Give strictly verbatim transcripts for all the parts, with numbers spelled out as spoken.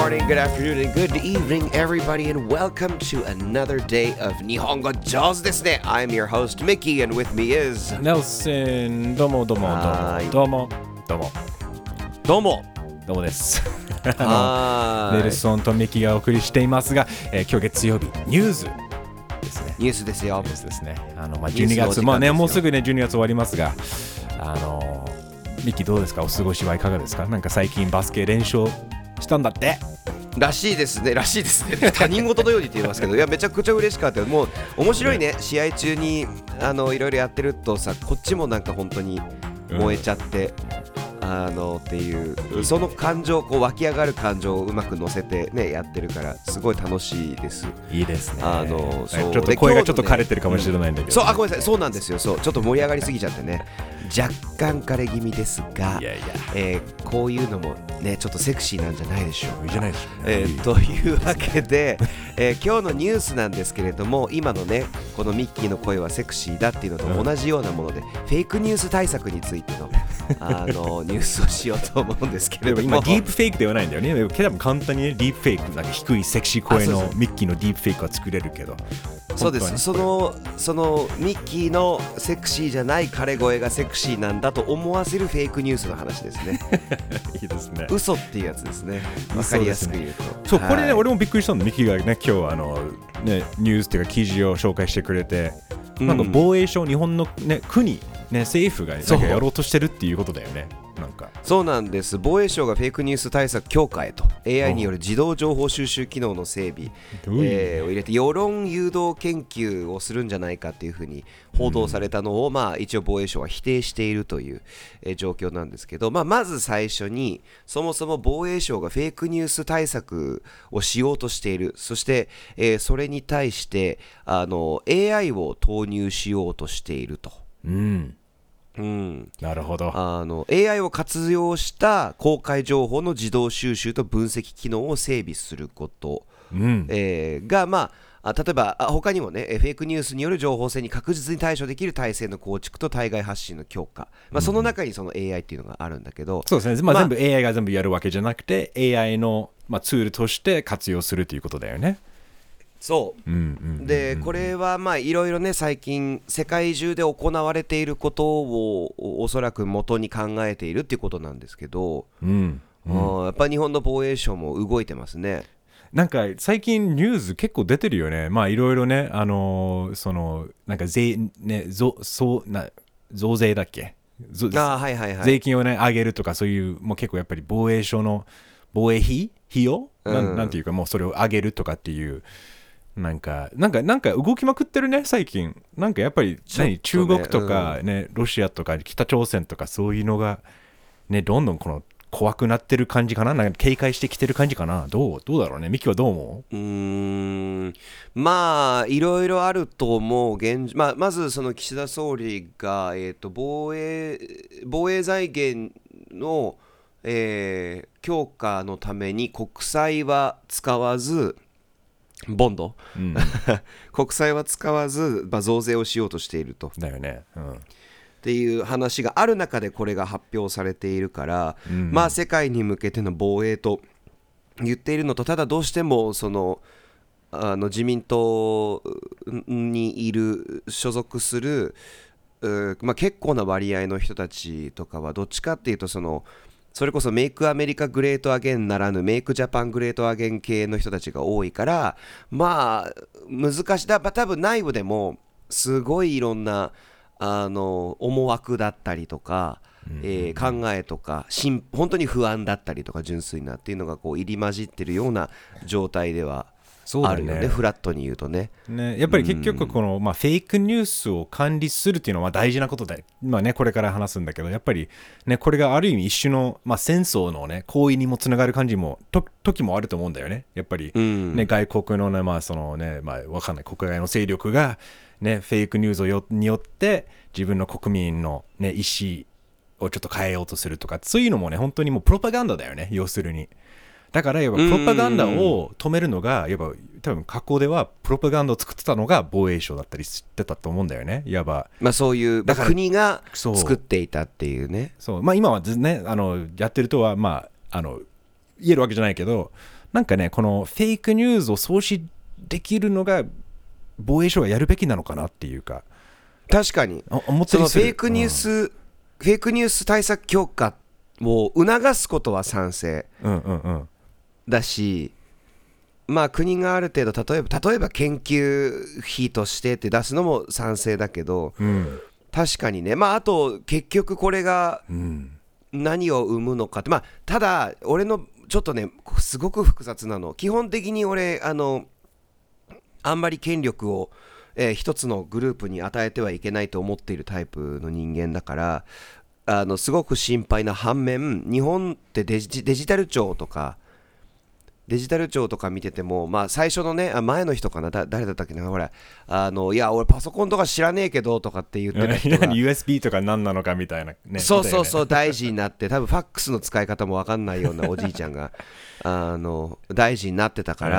morning, good afternoon, and good evening, everybody, and welcome to another day of Nihongo Jawsですね。I'm your host, Mickey, and with me is... Nelson、どうもどうもどうもどうもどうもどうもですあのネルソンとミキがお送りしていますが、えー、今日月曜日ニュースですね。 ニュースですよ。 ニュースですね。あの、まあ、じゅうにがつ、まあね、もうすぐねじゅうにがつ終わりますが、あのミキどうですか？お過ごしはいかがですか？なんか最近バスケ連勝したんだってらしいですねらしいですね他人事のようにって言いますけど、いやめちゃくちゃ嬉しかった。もう面白いね、試合中にあのいろいろやってるとさ、こっちもなんか本当に燃えちゃって、うん、あのっていうその感情、こう湧き上がる感情をうまく乗せてねやってるからすごい楽しいです。 いいですね。 あのそうちょっと声がちょっと枯れてるかもしれないんだけど、ね、 そう、あ、ごめんなさい、そうなんですよ。そうちょっと盛り上がりすぎちゃってね、若干枯れ気味ですが、いやいや、えー、こういうのもねちょっとセクシーなんじゃないでしょうか。 いいじゃないでしょう、ね、 えー、というわけで、えー、今日のニュースなんですけれども、今のねこのミッキーの声はセクシーだっていうのと同じようなもので、うん、フェイクニュース対策についてのあのニュースをしようと思うんですけれども、 今ディープフェイクではないんだよね。多分簡単にねディープフェイク、なんか低いセクシー声のミッキーのディープフェイクは作れるけど、 そうです。そのそのミッキーのセクシーじゃない彼声がセクシーなんだと思わせるフェイクニュースの話ですね。 いいですね。 嘘っていうやつですね。わかりやすく言うと。 そう、これね、俺もびっくりしたの。ミッキーがね今日あのねニュースっていうか記事を紹介してくれて、うん、なんか防衛省、日本のね国ね政府がなんかやろうとしてるっていうことだよね。なんかそうなんです。防衛省がフェイクニュース対策強化へと エーアイ による自動情報収集機能の整備、えー、を入れて世論誘導研究をするんじゃないかっていうふうに報道されたのを、うん、まあ一応防衛省は否定しているという、えー、状況なんですけど、まあ、まず最初にそもそも防衛省がフェイクニュース対策をしようとしている、そして、えー、それに対してあの エーアイ を投入しようとしていると。 うんうん、 なるほど。 あの エーアイ を活用した公開情報の自動収集と分析機能を整備すること、うんえー、が、まあ、例えば他にもね、フェイクニュースによる情報戦に確実に対処できる体制の構築と対外発信の強化、まあ、その中にその エーアイ っていうのがあるんだけど、うん、 そうですね、まあ、全部 エーアイ が全部やるわけじゃなくて エーアイ の、まあ、ツールとして活用するということだよね。 そう、うんうんうんうん、でこれはまあいろいろね最近世界中で行われていることをおそらく元に考えているっていうことなんですけど、うんうん、やっぱ日本の防衛省も動いてますね。 なんか最近ニュース結構出てるよね。まあいろいろね、あのー、そのなんか税ねぞそうな増税だっけ、 あ、はいはいはい、 税金をね上げるとか、そういうもう結構やっぱり防衛省の防衛費費用、うん、なん、なんていうか、もうそれを上げるとかっていうなんかなんかなんか動きまくってるね最近。なんかやっぱり、ね、中国とか、ねうん、ロシアとか北朝鮮とかそういうのがねどんどんこの怖くなってる感じかな。なんか警戒してきてる感じかな。どうどうだろうね。ミキはどう思う？ うーんまあいろいろあると思う。現、まあ、まずその岸田総理が、えー、と防衛防衛財源の、えー、強化のために国債は使わずボンド、うん、国債は使わず、まあ、増税をしようとしているとだよね、うん、 っていう話がある中でこれが発表されているから、うん、まあ世界に向けての防衛と言っているのと、ただどうしてもそのあの自民党にいる所属する、まあ、結構な割合の人たちとかはどっちかっていうとそのそれこそメイクアメリカグレートアゲンならぬメイクジャパングレートアゲン系の人たちが多いから、まあ難しいだ多分内部でもすごいいろんなあの思惑だったりとか、うんえー、考えとか本当に不安だったりとか純粋なっていうのがこう入り混じってるような状態ではあるよ ね, ねフラットに言うと ね, ねやっぱり結局この、うんまあ、フェイクニュースを管理するっていうのは大事なことで、まあね、これから話すんだけど、やっぱり、ね、これがある意味一種の、まあ、戦争の、ね、行為にもつながる感じもと時もあると思うんだよね。やっぱり、ねうん、外国の、ねまあそのねまあ、わかんない国外の勢力が、ね、フェイクニュースをよによって自分の国民の、ね、意思をちょっと変えようとするとか、そういうのもね本当にもうプロパガンダだよね、要するに。だからやっぱプロパガンダを止めるのがやっぱ多分過去ではプロパガンダを作ってたのが防衛省だったりしてたと思うんだよね。いわば、 まあ、そういうだから国が作っていたっていうね。 そう、まあ、今はねあのやってるとはまああの言えるわけじゃないけど、 なんかねこのフェイクニュースを阻止できるのが防衛省がやるべきなのかなっていうか、 確かに思ったりする。 そのフェイクニュース、うん、フェイクニュース対策強化を促すことは賛成だし、まあ国がある程度例えば例えば研究費としてって出すのも賛成だけど、うん、確かにね、まああと結局これが何を生むのかって、まあただ俺のちょっとねすごく複雑なの、基本的に俺あのあんまり権力を、えー、一つのグループに与えてはいけないと思っているタイプの人間だから、あのすごく心配な反面、日本ってデジ、デジタル庁とかデジタル庁とか見てても、まあ最初のね、あ前の人かな、だ誰だったっけな、ほら、あのいや俺パソコンとか知らねえけどとかって言ってた人がユーエスビー とか何なのかみたいな、ね、 そうそうそう、大臣になって、多分ファックスの使い方も分かんないようなおじいちゃんがあの大臣になってたから、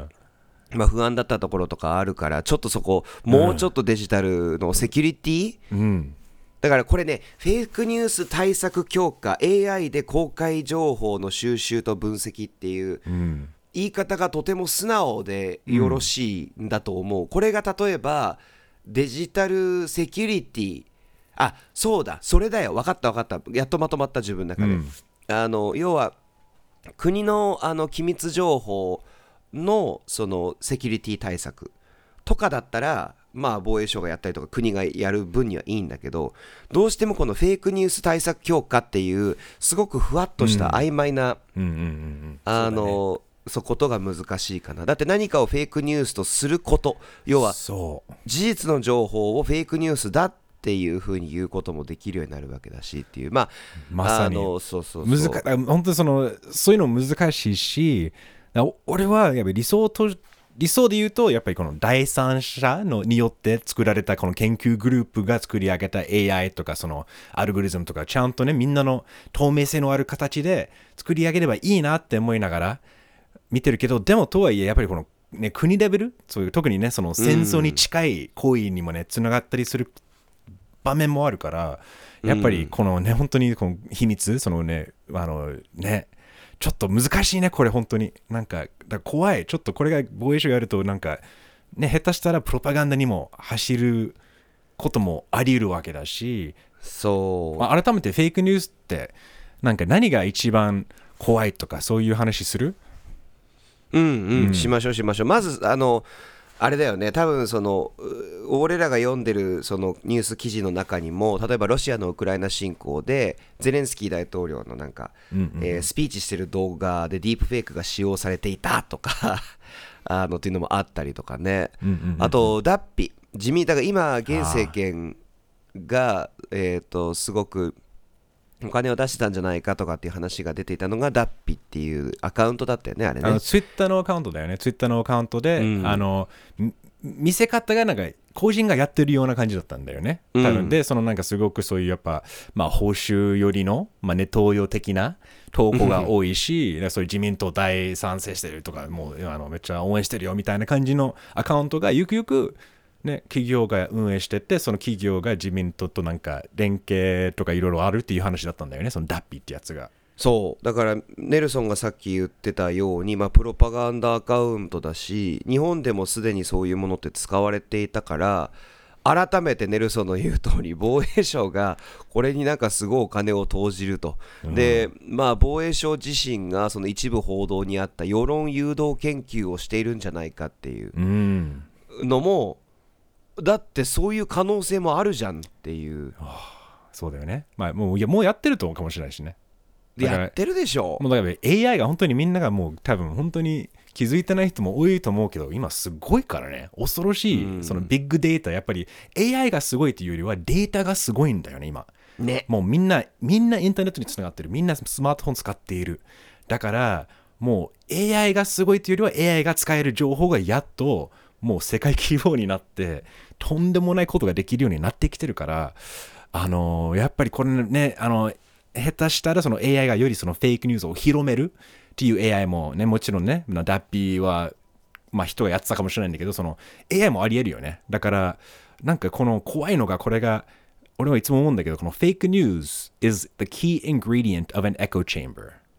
まあ不安だったところとかあるから、ちょっとそこもうちょっとデジタルのセキュリティ、うん、だからこれね、フェイクニュース対策強化、 エーアイ で公開情報の収集と分析っていう、うん、言い方がとても素直でよろしいんだと思う、うん、これが例えばデジタルセキュリティ、あ、そうだ、それだよ、分かった分かった、やっとまとまった、自分の中で、うん、あの要は国のあの機密情報のそのセキュリティ対策とかだったら、まあ防衛省がやったりとか国がやる分にはいいんだけど、どうしてもこのフェイクニュース対策強化っていうすごくふわっとした曖昧なあのそうことが難しいかな。だって何かをフェイクニュースとすること、要は事実の情報をフェイクニュースだっていうふうに言うこともできるようになるわけだしっていう、まあまさにあのそうそうそう、 難本当にそのそういうの難しいし、俺はやっぱり理想と理想で言うとやっぱりこの第三者のによって作られたこの研究グループが作り上げた エーアイ とかそのアルゴリズムとかちゃんとねみんなの透明性のある形で作り上げればいいなって思いながら見てるけど、でもとはいえやっぱりこの、ね、国レベル、そういう特にねその戦争に近い行為にもねつながったりする場面もあるから、やっぱりこのね本当にこの秘密、そのねあのねちょっと難しいねこれ本当に、なんかだ怖い、ちょっとこれが防衛省やるとなんかね下手したらプロパガンダにも走ることもあり得るわけだし、 そう、 まあ、改めてフェイクニュースってなんか何が一番怖いとかそういう話する？ うんうん、うん、しましょうしましょう。まずあのあれだよね、多分その俺らが読んでるそのニュース記事の中にも、例えばロシアのウクライナ侵攻でゼレンスキー大統領のなんか、うんうんえー、スピーチしてる動画でディープフェイクが使用されていたとかあのっていうのもあったりとかね、うんうんうんうん、あとダッピ自民だから今現政権がえっとすごくお金を出してたんじゃないかとかっていう話が出ていたのがダッピっていうアカウントだったよね、あれね。あのツイッターのアカウントだよね。ツイッターのアカウントで、うん、あの見せ方がなんか個人がやってるような感じだったんだよね。多分、うん、でそのなんかすごくそういうやっぱまあ報酬よりのまあネトウヨ的な投稿が多いし、そういう自民党大賛成してるとかもうあのめっちゃ応援してるよみたいな感じのアカウントがゆくゆくね、企業が運営してて、その企業が自民党となんか連携とかいろいろあるっていう話だったんだよね、そのダッピーってやつが。 そうだからネルソンがさっき言ってたように、まあ、プロパガンダアカウントだし、日本でもすでにそういうものって使われていたから、改めてネルソンの言う通り防衛省がこれになんかすごいお金を投じると、うん、でまあ防衛省自身がその一部報道にあった世論誘導研究をしているんじゃないかっていうのも、うん、だってそういう可能性もあるじゃんっていう、はあ、そうだよね、まあ、もういやもうやってると思うかもしれないしね。 やってるでしょ。 もうだから エーアイ が本当にみんながもう多分本当に気づいてない人も多いと思うけど、今すごいからね、恐ろしい、うん、そのビッグデータ、やっぱり エーアイ がすごいというよりはデータがすごいんだよね今ね。もうみんなみんなインターネットにつながってる、みんなスマートフォン使っている。だからもう エーアイ がすごいというよりは エーアイ が使える情報がやっともう世界規模になってとんでもないことができるようになってきてるから、あのー、やっぱりこれね、あの下手したらその エーアイ がよりそのフェイクニュースを広めるっていう エーアイ もね、もちろんね、ダッピーはまあ人がやってたかもしれないんだけど、その エーアイ もありえるよね。だからなんかこの怖いのが、これが俺はいつも思うんだけど、この fake news is the key ingredient of an echo chamber。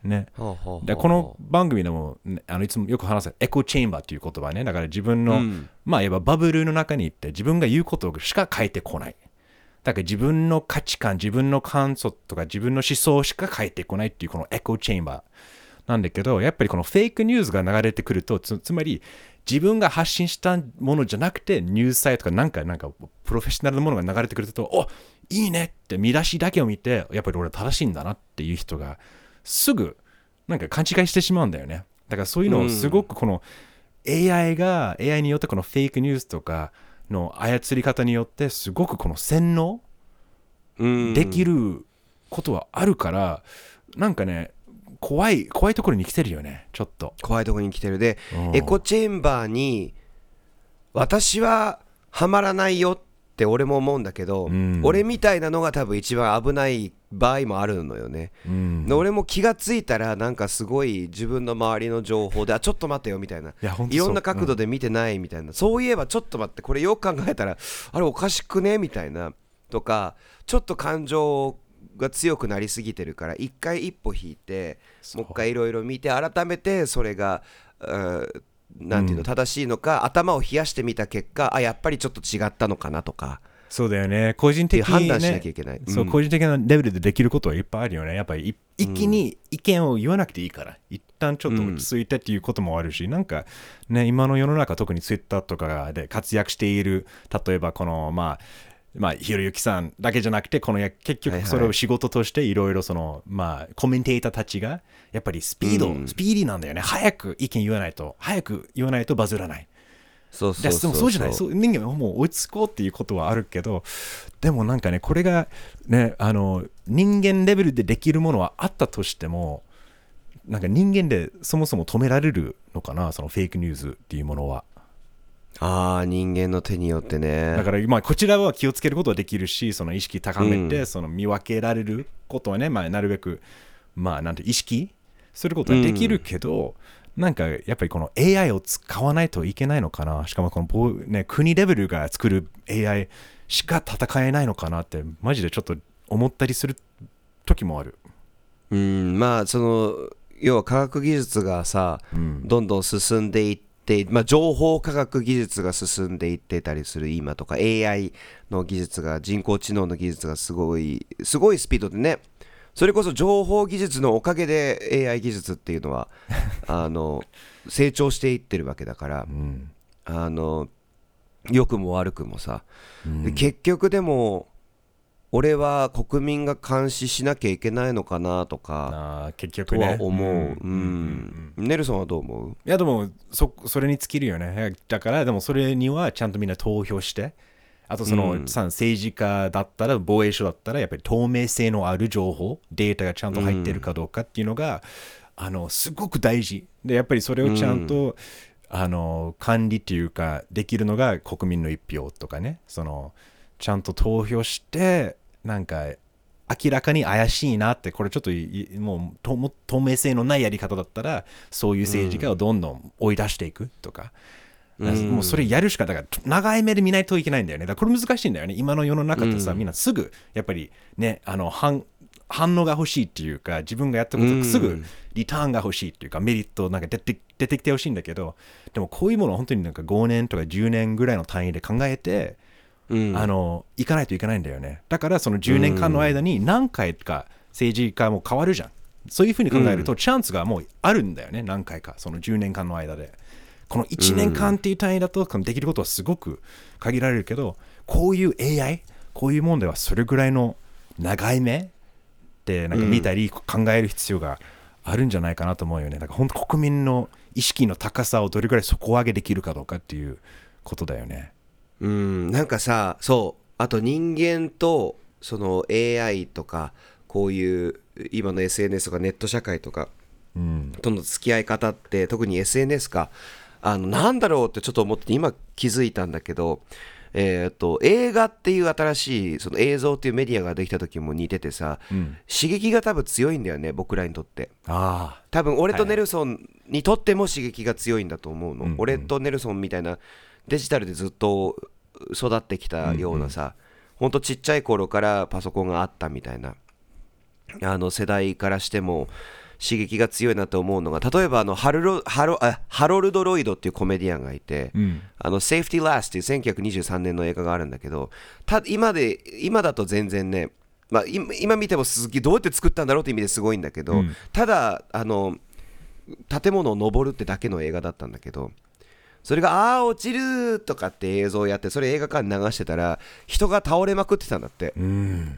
ね。 ほうほうほうほうでこの番組でも、ね、あのいつもよく話すエコチェンバーっていう言葉ね。だから自分の、うん、まあいわばバブルの中に行って自分が言うことしか書いてこない。だから自分の価値観、自分の感想とか自分の思想しか書いてこないっていうこのエコチェンバーなんだけど、やっぱりこのフェイクニュースが流れてくると、つ, つまり自分が発信したものじゃなくてニュースサイトとかなんかなんかプロフェッショナルなものが流れてくると、お、いいねって見出しだけを見て、やっぱり俺は正しいんだなっていう人がすぐなんか勘違いしてしまうんだよね。だからそういうのをすごくこの エーアイ が エーアイ によってこのフェイクニュースとかの操り方によってすごくこの洗脳できることはあるから、なんかね怖い怖いところに来てるよね。ちょっと怖いところに来てる。で、エコチェンバーに私はハマらないよって俺も思うんだけど、うん、俺みたいなのが多分一番危ない場合もあるのよね、うん、で俺も気がついたらなんかすごい自分の周りの情報で、あちょっと待ってよみたいな、 い, いろんな角度で見てないみたいな、うん、そういえばちょっと待ってこれよく考えたらあれおかしくねみたいなとか、ちょっと感情が強くなりすぎてるから一回一歩引いてもう一回いろいろ見て改めてそれがなんていうの正しいのか、うん、頭を冷やしてみた結果、あやっぱりちょっと違ったのかなとか。 そうだよね。個人的に、ね、 判断しなきゃいけない、うん、 そう個人的なレベルでできることはいっぱいあるよね。やっぱり一気に意見を言わなくていいから、うん、一旦ちょっと落ち着いてっていうこともあるし、うん、なんかね今の世の中特にツイッターとかで活躍している、例えばこのまあまあ、ひろゆきさんだけじゃなくてこの結局それを仕事としていろいろそのまあコメンテーターたちがやっぱりスピード、うん、スピーディーなんだよね。早く意見言わないと早く言わないとバズらない。 そうそうそうそう。 そうじゃない。そう人間はもう追いつこうっていうことはあるけど、でもなんかねこれがねあの人間レベルでできるものはあったとしても、なんか人間でそもそも止められるのかな、そのフェイクニュースっていうものは。 ああ人間の手によってね。 だからまあこちらは気をつけることはできるし、その意識高めてその見分けられることはね、まあなるべくまあなんて意識することはできるけど、なんかやっぱりこの エーアイ を使わないといけないのかな。しかもこのね国レベルが作る エーアイ しか戦えないのかなってマジでちょっと思ったりする時もある。 うんまあその要は科学技術がさ、うん、どんどん進んでいって、まあ、情報科学技術が進んでいってたりする今とか エーアイ の技術が人工知能の技術がすごいすごいスピードでね、それこそ情報技術のおかげで エーアイ 技術っていうのはあの成長していってるわけだから、うん、あの良くも悪くもさ、うん、で結局でも俺は国民が監視しなきゃいけないのかなとかあ結局、ね、 とは思う、うんうんうん、ネルソンはどう思う？ いやでも そ, それに尽きるよね。だからでもそれにはちゃんとみんな投票して、あとその、うん、政治家だったら防衛省だったらやっぱり透明性のある情報データがちゃんと入ってるかどうかっていうのが、うん、あのすごく大事で、やっぱりそれをちゃんと、うん、あの管理っていうかできるのが国民の一票とかね、そのちゃんと投票してなんか明らかに怪しいなって、これちょっともう透明性のないやり方だったらそういう政治家をどんどん追い出していくとか、うん、もうそれやるしか、だから長い目で見ないといけないんだよね。だからこれ難しいんだよね今の世の中ってさ、うん、みんなすぐやっぱりねあの 反, 反応が欲しいっていうか、自分がやったことすぐリターンが欲しいっていうか、メリットなんか出て出てきてほしいんだけど、でもこういうものは本当になんかごねんとかじゅうねんぐらいの単位で考えて、うん、あの行かないといけないんだよね。だからそのじゅうねんかんの間に何回か政治家も変わるじゃん。そういうふうに考えるとチャンスがもうあるんだよね、何回かそのじゅうねんかんの間で。このいちねんかんっていう単位だとできることはすごく限られるけど、こういう エーアイ こういう問題はそれぐらいの長い目でなんか見たり考える必要があるんじゃないかなと思うよね。だから本当国民の意識の高さをどれぐらい底上げできるかどうかっていうことだよね。 うんなんかさ、そうあと人間とその エーアイ とかこういう今の エスエヌエス とかネット社会とかとの付き合い方って、特に エスエヌエス かあのなんだろうってちょっと思って今気づいたんだけど、えー、と映画っていう新しいその映像っていうメディアができた時も似ててさ、うん、刺激が多分強いんだよね僕らにとって。あ多分俺とネルソンにとっても刺激が強いんだと思うの、はいはい、俺とネルソンみたいなデジタルでずっと育ってきたようなさ、うんうん、ほんとちっちゃい頃からパソコンがあったみたいなあの世代からしても刺激が強いなと思うのが、例えばあのハルロハロあハロルド・ロイドっていうコメディアンがいて、うん、あのセーフティー・ラスっていうせんきゅうひゃくにじゅうさんねんの映画があるんだけど、た今で今だと全然ね、まあ、今, 今見てもすげえどうやって作ったんだろうって意味ですごいんだけど、うん、ただあの建物を登るってだけの映画だったんだけど、それがあー落ちるとかって映像をやって、それ映画館に流してたら人が倒れまくってたんだって、うん、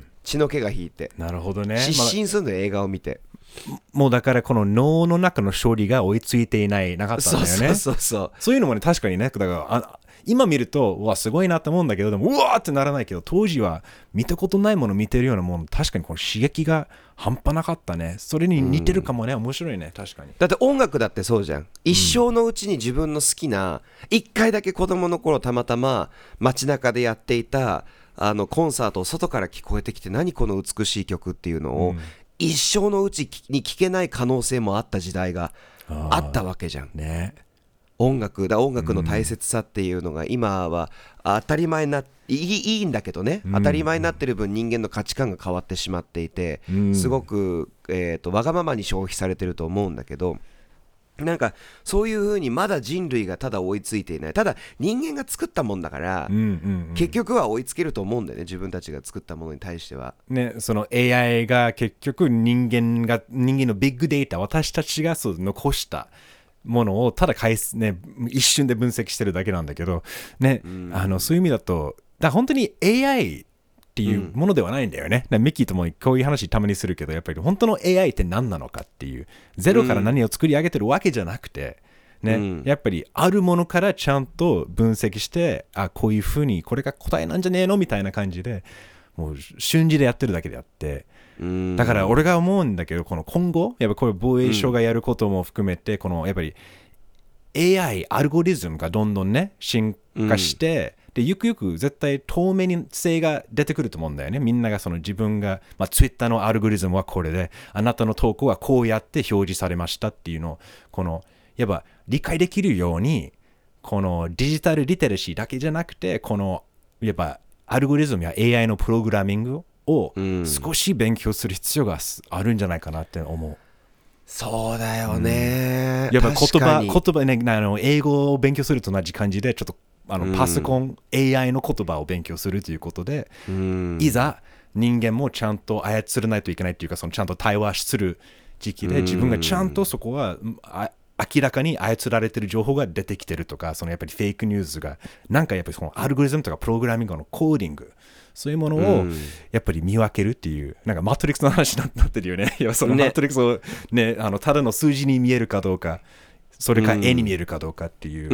血の気が引いて。 なるほどね。 失神するんだよ、映画を見て。 もうだからこの脳の中の処理が追いついていないなかったんだよね。 そうそうそうそう。 そういうのもね、確かにね、だからあ今見るとうわすごいなと思うんだけど、でもうわーってならないけど、当時は見たことないもの見てるようなもの、確かにこの刺激が半端なかったね。それに似てるかもね、うん、面白いね、確かに。 だって音楽だってそうじゃん。一生のうちに自分の好きな、一回だけ子供の頃たまたま街中でやっていたあのコンサートを外から聞こえてきて、何この美しい曲っていうのを、うん、一生のうちに聴けない可能性もあった時代があったわけじゃんね。 音楽だ、音楽の大切さっていうのが今は当たり前になっいい、いいんだけどね、当たり前になってる分人間の価値観が変わってしまっていて、すごく、えーと、わがままに消費されてると思うんだけど、なんかそういう風にまだ人類がただ追いついていない。ただ人間が作ったもんだから、うんうんうん、結局は追いつけると思うんだよね、自分たちが作ったものに対してはね。その エーアイ が結局人間が人間のビッグデータ、私たちがそう残したものをただ返す、ね、一瞬で分析してるだけなんだけど、ね、うん、あのそういう意味だと、だ本当に エーアイ っていうものではないんだよね。うん、ミッキーともこういう話たまにするけど、やっぱり本当の エーアイ って何なのかっていう、ゼロから何を作り上げてるわけじゃなくて、ね、うん、やっぱりあるものからちゃんと分析して、あ、こういうふうにこれが答えなんじゃねえのみたいな感じで、もう瞬時でやってるだけであって、だから俺が思うんだけど、この今後やっぱこれ防衛省がやることも含めて、このやっぱり エーアイ アルゴリズムがどんどんね進化して、でゆくゆく絶対透明性が出てくると思うんだよね。みんながその自分が、まあ、Twitter のアルゴリズムはこれで、あなたの投稿はこうやって表示されましたっていうのを、このやっぱ理解できるように、このデジタルリテラシーだけじゃなくて、このやっぱアルゴリズムや エーアイ のプログラミングを少し勉強する必要があるんじゃないかなって思う。 そうだよね、 うん、やっぱ言葉言葉ね、あの英語を勉強すると同じ感じで、ちょっとあのパソコン、うん、エーアイ の言葉を勉強するということで、うん、いざ人間もちゃんと操らないといけないというか、そのちゃんと対話する時期で、自分がちゃんとそこはあ明らかに操られてる情報が出てきてるとか、そのやっぱりフェイクニュースがなんかやっぱりそのアルゴリズムとかプログラミングのコーディング、そういうものをやっぱり見分けるっていう、なんかマトリックスの話になってるよね。いやそのマトリックスをね、あのただの数字に見えるかどうか、それか絵に見えるかどうかっていう。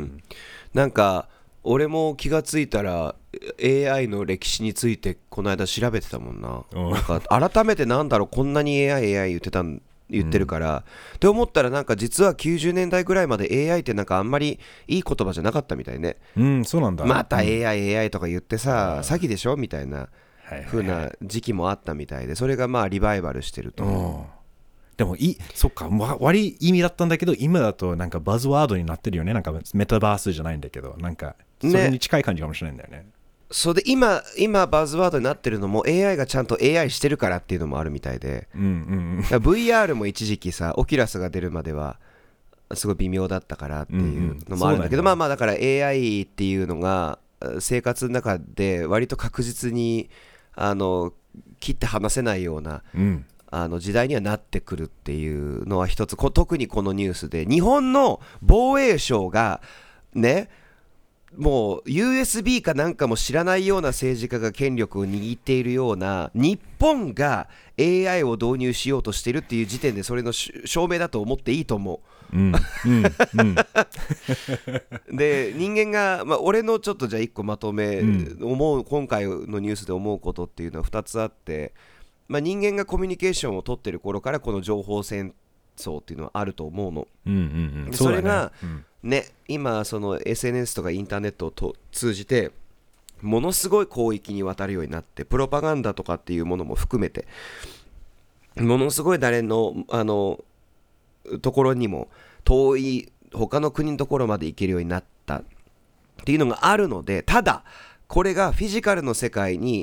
なんか俺も気がついたら エーアイ の歴史についてこの間調べてたもんな。なんか改めてなんだろう、こんなに エーアイ エーアイ 言ってたん言ってるから、うん、って思ったら、なんか実はきゅうじゅうねんだいぐらいまで エーアイ ってなんかあんまりいい言葉じゃなかったみたいね。 うん、そうなんだ。 また エーアイ、エーアイ とか言ってさ、詐欺でしょみたいな風な時期もあったみたいで、それがまあリバイバルしてると。うん、 でもいそっか、悪い意味だったんだけど、今だとなんかバズワードになってるよね。なんかメタバースじゃないんだけど、なんかそれに近い感じかもしれないんだよね。 そうで 今, 今バズワードになってるのも エーアイ がちゃんと エーアイ してるからっていうのもあるみたいで、うんうんうん、ブイアール も一時期さ、オキュラスが出るまではすごい微妙だったからっていうのもあるんだけど、うんうん、まあまあだから エーアイ っていうのが生活の中で割と確実にあの切って離せないような、うん、あの時代にはなってくるっていうのは一つ、特にこのニュースで日本の防衛省がね、もう ユーエスビー かなんかも知らないような政治家が権力を握っているような日本が エーアイ を導入しようとしているっていう時点で、それの証明だと思っていいと思う、うんうんうん、で人間が、まあ、俺のちょっとじゃあいっこまとめ、うん、思う今回のニュースで思うことっていうのはふたつあって、まあ、人間がコミュニケーションを取ってる頃からこの情報戦争っていうのはあると思うの、うんうんうん、それがそうだね、うんね、今その エスエヌエス とかインターネットをと通じてものすごい広域に渡るようになって、プロパガンダとかっていうものも含めてものすごい誰のあのところにも遠い他の国のところまで行けるようになったっていうのがあるので、ただこれがフィジカルの世界に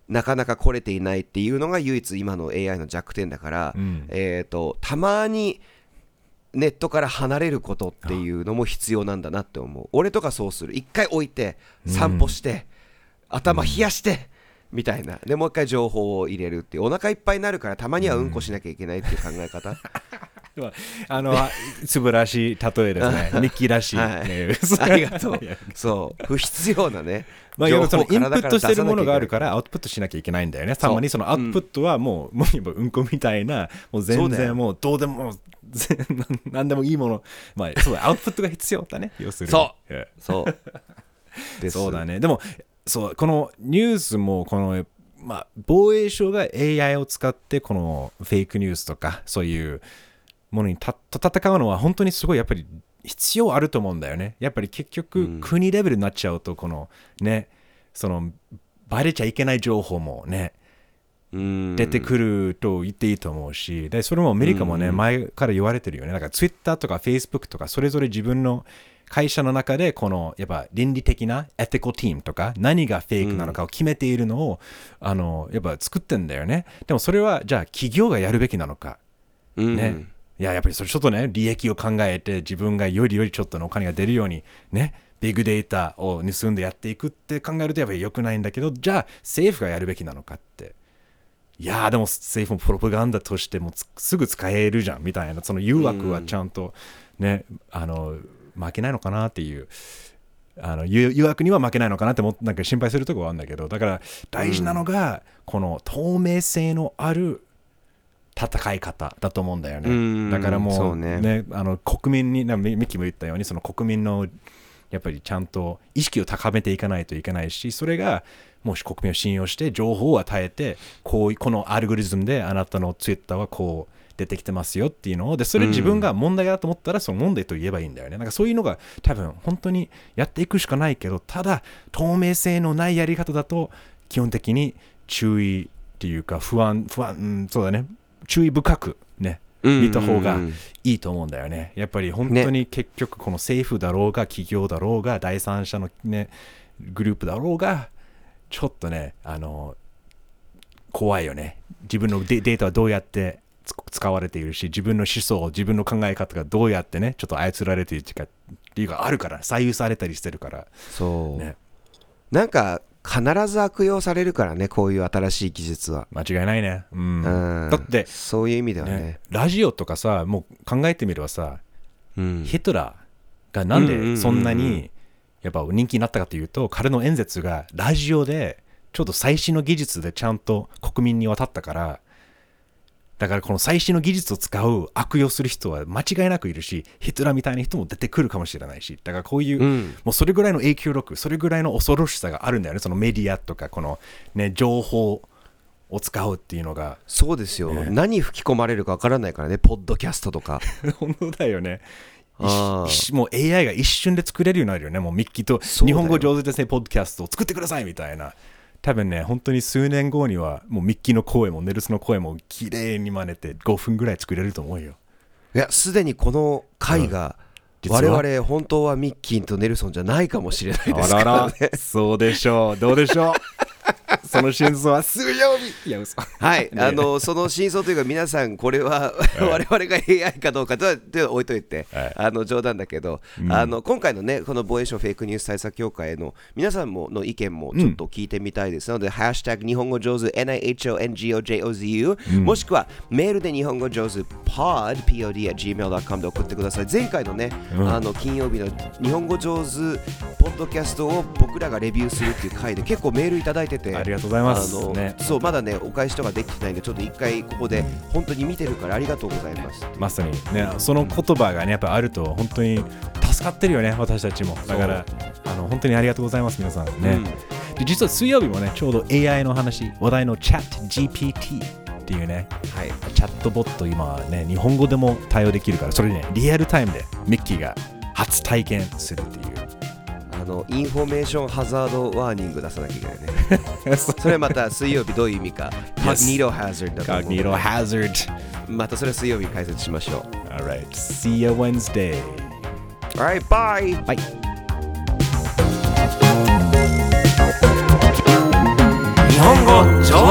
なかなか来れていないっていうのが唯一今の エーアイ の弱点だから、うん、えーと、たまにネットから離れることっていうのも必要なんだなって思う。俺とかそうする。一回置いて散歩して、うん、頭冷やして、うん、みたいな。でもう一回情報を入れるっていう。お腹いっぱいになるからたまにはうんこしなきゃいけないっていう考え方、 うん、あの素晴らしい例えですね。ミッキーらしい、ね、 はい、ありがとう。そう不必要なね、 まあ、そのインプットしてるものがあるからアウトプットしなきゃいけないんだよね。たまにそのアウトプットはもう、うん、もううんこみたいな、もう全然もうどうでも何でもいいもの、まあ、そうだ、アウトプットが必要だね、要するに。 そう、yeah. そうそうだね。でもそうこのニュースもこの、まあ、防衛省が エーアイ を使ってこのフェイクニュースとかそういうものにたと戦うのは本当にすごいやっぱり必要あると思うんだよね。やっぱり結局、うん、国レベルになっちゃうとこのね、そのバレちゃいけない情報もね、うん、出てくると言っていいと思うし、でそれもアメリカもね、うん、前から言われてるよね。だからツイッターとかフェイスブックとかそれぞれ自分の会社の中でこのやっぱ倫理的なエティコチームとか何がフェイクなのかを決めているのを、うん、あのやっぱ作ってんだよね。でもそれはじゃあ企業がやるべきなのか、うん、ね。いややっぱりそれちょっとね利益を考えて自分がよりよりちょっとのお金が出るようにねビッグデータを盗んでやっていくって考えるとやっぱり良くないんだけど、じゃあ政府がやるべきなのかって、いやでも政府もプロパガンダとしてもすぐ使えるじゃんみたいな、その誘惑はちゃんとね、うん、あの負けないのかなっていう、あの誘惑には負けないのかなってもなんか心配するところはあるんだけど、だから大事なのがこの透明性のある戦い方だと思うんだよね。うん、だからもう ね, ねあの国民にミッキーも言ったようにその国民のやっぱりちゃんと意識を高めていかないといけないし、それがもし国民を信用して情報を与えてこうこのアルゴリズムであなたのツイッターはこう出てきてますよっていうのをでそれ自分が問題だと思ったらその問題と言えばいいんだよね。なんかそういうのが多分本当にやっていくしかないけど、ただ透明性のないやり方だと基本的に注意っていうか不安不安、うん、そうだね注意深くね見た方がいいと思うんだよね。やっぱり本当に結局この政府だろうが企業だろうが第三者のねグループだろうがちょっとねあの怖いよね。自分のデータはどうやって使われているし、自分の思想自分の考え方がどうやってねちょっと操られているっていうかあるから左右されたりしてるから、 そう、ね、なんか必ず悪用されるからね、こういう新しい技術は。 間違いないね、うんうん、だってそういう意味では ね, ねラジオとかさもう考えてみればさ、うん、ヒトラーがなんでそんなにやっぱ人気になったかというと、彼の演説がラジオでちょっと最新の技術でちゃんと国民に渡ったから。だからこの最新の技術を使う悪用する人は間違いなくいるし、ヒトラーみたいな人も出てくるかもしれないし、だからこういう、うん、もうそれぐらいの影響力、それぐらいの恐ろしさがあるんだよね。そのメディアとかこのね情報を使うっていうのが。 そうですよ、ね、何吹き込まれるかわからないからね、ポッドキャストとか。 本当だよね。あもう エーアイ が一瞬で作れるようになるよね。もうミッキーと日本語上手ですねポッドキャストを作ってくださいみたいな。多分ね本当に数年後にはもうミッキーの声もネルスの声も綺麗に真似てごふんぐらい作れると思うよ。 いやすでにこの回が、うん、我々本当はミッキーとネルソンじゃないかもしれないですからね。あららそうでしょう、どうでしょう。その真相は水曜日。いや嘘。 はい、あのその真相というか皆さんこれは我々が エーアイ かどうかとは置いといて、はい、あの冗談だけど、うん、あの今回のねこの防衛省フェイクニュース対策協会への皆さんもの意見もちょっと聞いてみたいですので、うん、ハッシュタグ日本語上手 エヌアイエイチオーエヌジーオージェーオーズユー、うん、もしくはメールで日本語上手 pod pod atジーメールドットコム で送ってください。前回のね、うん、あの金曜日の日本語上手ポッドキャストを僕らがレビューするっていう回で結構メールいただいてて、 ありがとうございます。 あのね、そうまだねお返しとかできてないんでちょっと一回ここで本当に見てるからありがとうございます。 まさにねその言葉がねやっぱあると本当に助かってるよね私たちも。だからあの本当にありがとうございます皆さんね、うん、で実は水曜日もねちょうど エーアイ の話話題の チャット ジーピーティー っていうね、はい、チャットボット今ね日本語でも対応できるからそれねリアルタイムでミッキーが初体験するっていうあのインフォメーションハザードワーニング出さなきゃいけないね。それまた水曜日どういう意味か。Cognito hazard だと思う。 Cognito hazard。 またそれ水曜日解説しましょう。 Alright, see you Wednesday. Alright, bye. Bye. 日本語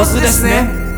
モスですね。